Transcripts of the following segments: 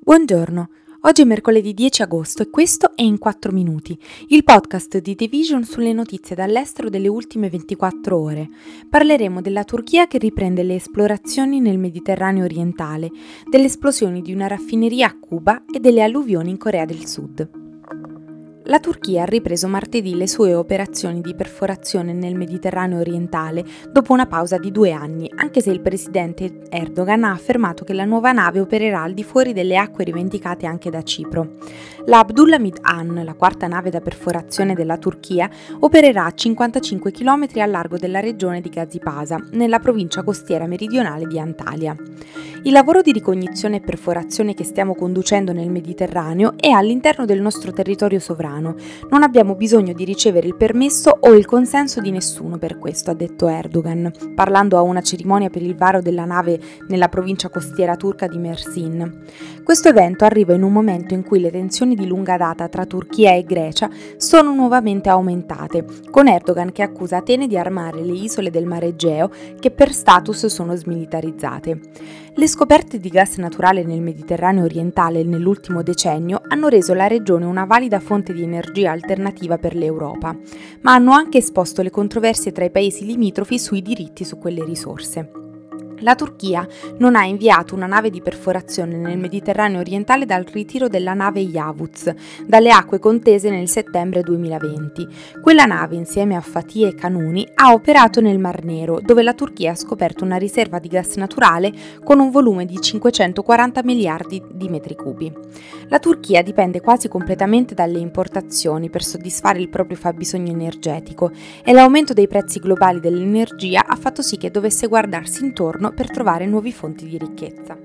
Buongiorno, oggi è mercoledì 10 agosto e questo è In 4 Minuti, il podcast di The Vision sulle notizie dall'estero delle ultime 24 ore. Parleremo della Turchia che riprende le esplorazioni nel Mediterraneo orientale, delle esplosioni di una raffineria a Cuba e delle alluvioni in Corea del Sud. La Turchia ha ripreso martedì le sue operazioni di perforazione nel Mediterraneo orientale dopo una pausa di 2 anni, anche se il presidente Erdogan ha affermato che la nuova nave opererà al di fuori delle acque rivendicate anche da Cipro. La Abdulhamid Han, la quarta nave da perforazione della Turchia, opererà a 55 km a largo della regione di Gazipasa, nella provincia costiera meridionale di Antalya. Il lavoro di ricognizione e perforazione che stiamo conducendo nel Mediterraneo è all'interno del nostro territorio sovrano. Non abbiamo bisogno di ricevere il permesso o il consenso di nessuno per questo, ha detto Erdogan, parlando a una cerimonia per il varo della nave nella provincia costiera turca di Mersin. Questo evento arriva in un momento in cui le tensioni di lunga data tra Turchia e Grecia sono nuovamente aumentate, con Erdogan che accusa Atene di armare le isole del Mar Egeo che per status sono smilitarizzate. Le scoperte di gas naturale nel Mediterraneo orientale nell'ultimo decennio hanno reso la regione una valida fonte di energia alternativa per l'Europa, ma hanno anche esposto le controversie tra i paesi limitrofi sui diritti su quelle risorse. La Turchia non ha inviato una nave di perforazione nel Mediterraneo orientale dal ritiro della nave Yavuz dalle acque contese nel settembre 2020. Quella nave, insieme a Fatih e Kanuni, ha operato nel Mar Nero, dove la Turchia ha scoperto una riserva di gas naturale con un volume di 540 miliardi di metri cubi. La Turchia dipende quasi completamente dalle importazioni per soddisfare il proprio fabbisogno energetico e l'aumento dei prezzi globali dell'energia ha fatto sì che dovesse guardarsi intorno per trovare nuove fonti di ricchezza.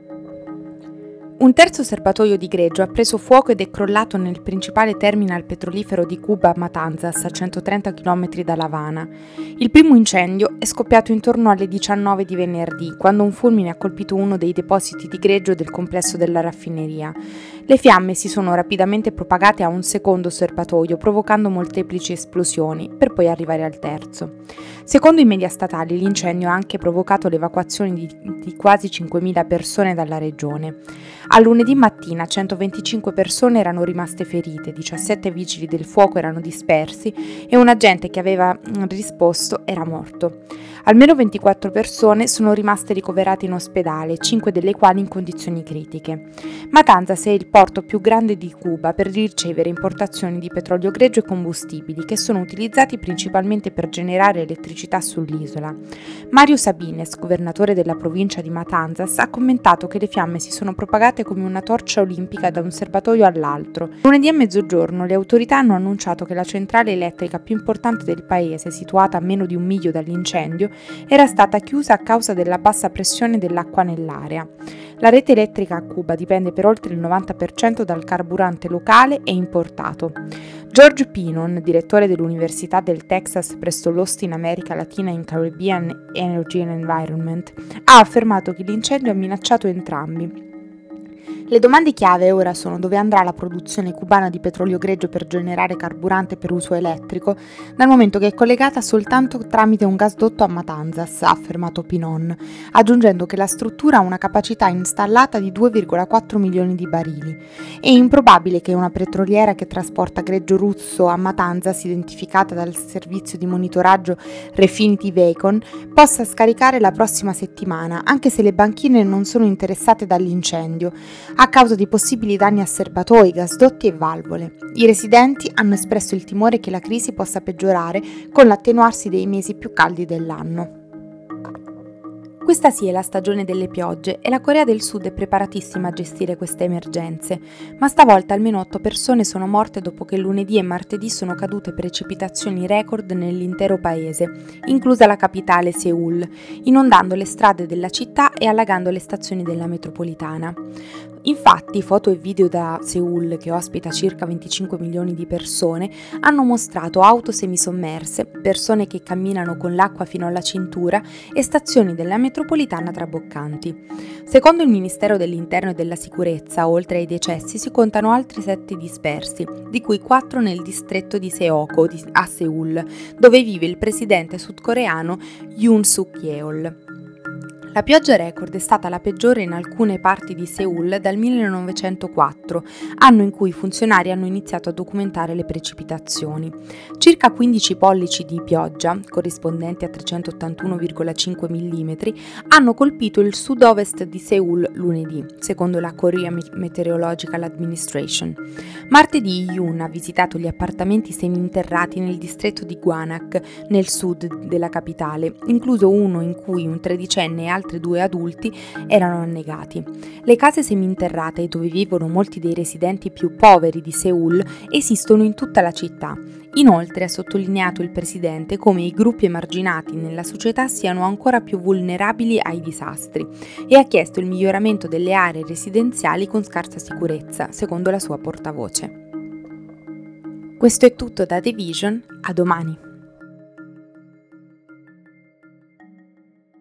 Un terzo serbatoio di greggio ha preso fuoco ed è crollato nel principale terminal petrolifero di Cuba, Matanzas, a 130 km da La Habana. Il primo incendio è scoppiato intorno alle 19 di venerdì, quando un fulmine ha colpito uno dei depositi di greggio del complesso della raffineria. Le fiamme si sono rapidamente propagate a un secondo serbatoio, provocando molteplici esplosioni, per poi arrivare al terzo. Secondo i media statali, l'incendio ha anche provocato l'evacuazione di quasi 5.000 persone dalla regione. A lunedì mattina 125 persone erano rimaste ferite, 17 vigili del fuoco erano dispersi e un agente che aveva risposto era morto. Almeno 24 persone sono rimaste ricoverate in ospedale, 5 delle quali in condizioni critiche. Matanzas è il porto più grande di Cuba per ricevere importazioni di petrolio greggio e combustibili che sono utilizzati principalmente per generare elettricità sull'isola. Mario Sabines, governatore della provincia di Matanzas, ha commentato che le fiamme si sono propagate come una torcia olimpica da un serbatoio all'altro. Lunedì a mezzogiorno le autorità hanno annunciato che la centrale elettrica più importante del paese, situata a meno di 1 miglio dall'incendio, era stata chiusa a causa della bassa pressione dell'acqua nell'area. La rete elettrica a Cuba dipende per oltre il 90% dal carburante locale e importato. George Pinon, direttore dell'Università del Texas presso l'Austin America Latina in Caribbean Energy and Environment, ha affermato che l'incendio ha minacciato entrambi. Le domande chiave ora sono dove andrà la produzione cubana di petrolio greggio per generare carburante per uso elettrico, dal momento che è collegata soltanto tramite un gasdotto a Matanzas, ha affermato Pinon, aggiungendo che la struttura ha una capacità installata di 2,4 milioni di barili. È improbabile che una petroliera che trasporta greggio russo a Matanzas, identificata dal servizio di monitoraggio Refinitiv Econ, possa scaricare la prossima settimana, anche se le banchine non sono interessate dall'incendio, a causa di possibili danni a serbatoi, gasdotti e valvole. I residenti hanno espresso il timore che la crisi possa peggiorare con l'attenuarsi dei mesi più caldi dell'anno. Questa sì è la stagione delle piogge e la Corea del Sud è preparatissima a gestire queste emergenze, ma stavolta almeno 8 persone sono morte dopo che lunedì e martedì sono cadute precipitazioni record nell'intero paese, inclusa la capitale Seul, inondando le strade della città e allagando le stazioni della metropolitana. Infatti, foto e video da Seul, che ospita circa 25 milioni di persone, hanno mostrato auto semisommerse, persone che camminano con l'acqua fino alla cintura e stazioni della metropolitana traboccanti. Secondo il Ministero dell'Interno e della Sicurezza, oltre ai decessi si contano altri 7 dispersi, di cui 4 nel distretto di Seoko, a Seul, dove vive il presidente sudcoreano Yoon Suk-yeol. La pioggia record è stata la peggiore in alcune parti di Seul dal 1904, anno in cui i funzionari hanno iniziato a documentare le precipitazioni. Circa 15 pollici di pioggia, corrispondenti a 381,5 mm, hanno colpito il sud-ovest di Seul lunedì, secondo la Korea Meteorological Administration. Martedì Yoon ha visitato gli appartamenti seminterrati nel distretto di Gwanak, nel sud della capitale, incluso uno in cui un tredicenne e altri 2 adulti erano annegati. Le case seminterrate, dove vivono molti dei residenti più poveri di Seul, esistono in tutta la città. Inoltre ha sottolineato il presidente come i gruppi emarginati nella società siano ancora più vulnerabili ai disastri e ha chiesto il miglioramento delle aree residenziali con scarsa sicurezza, secondo la sua portavoce. Questo è tutto da The Vision, a domani.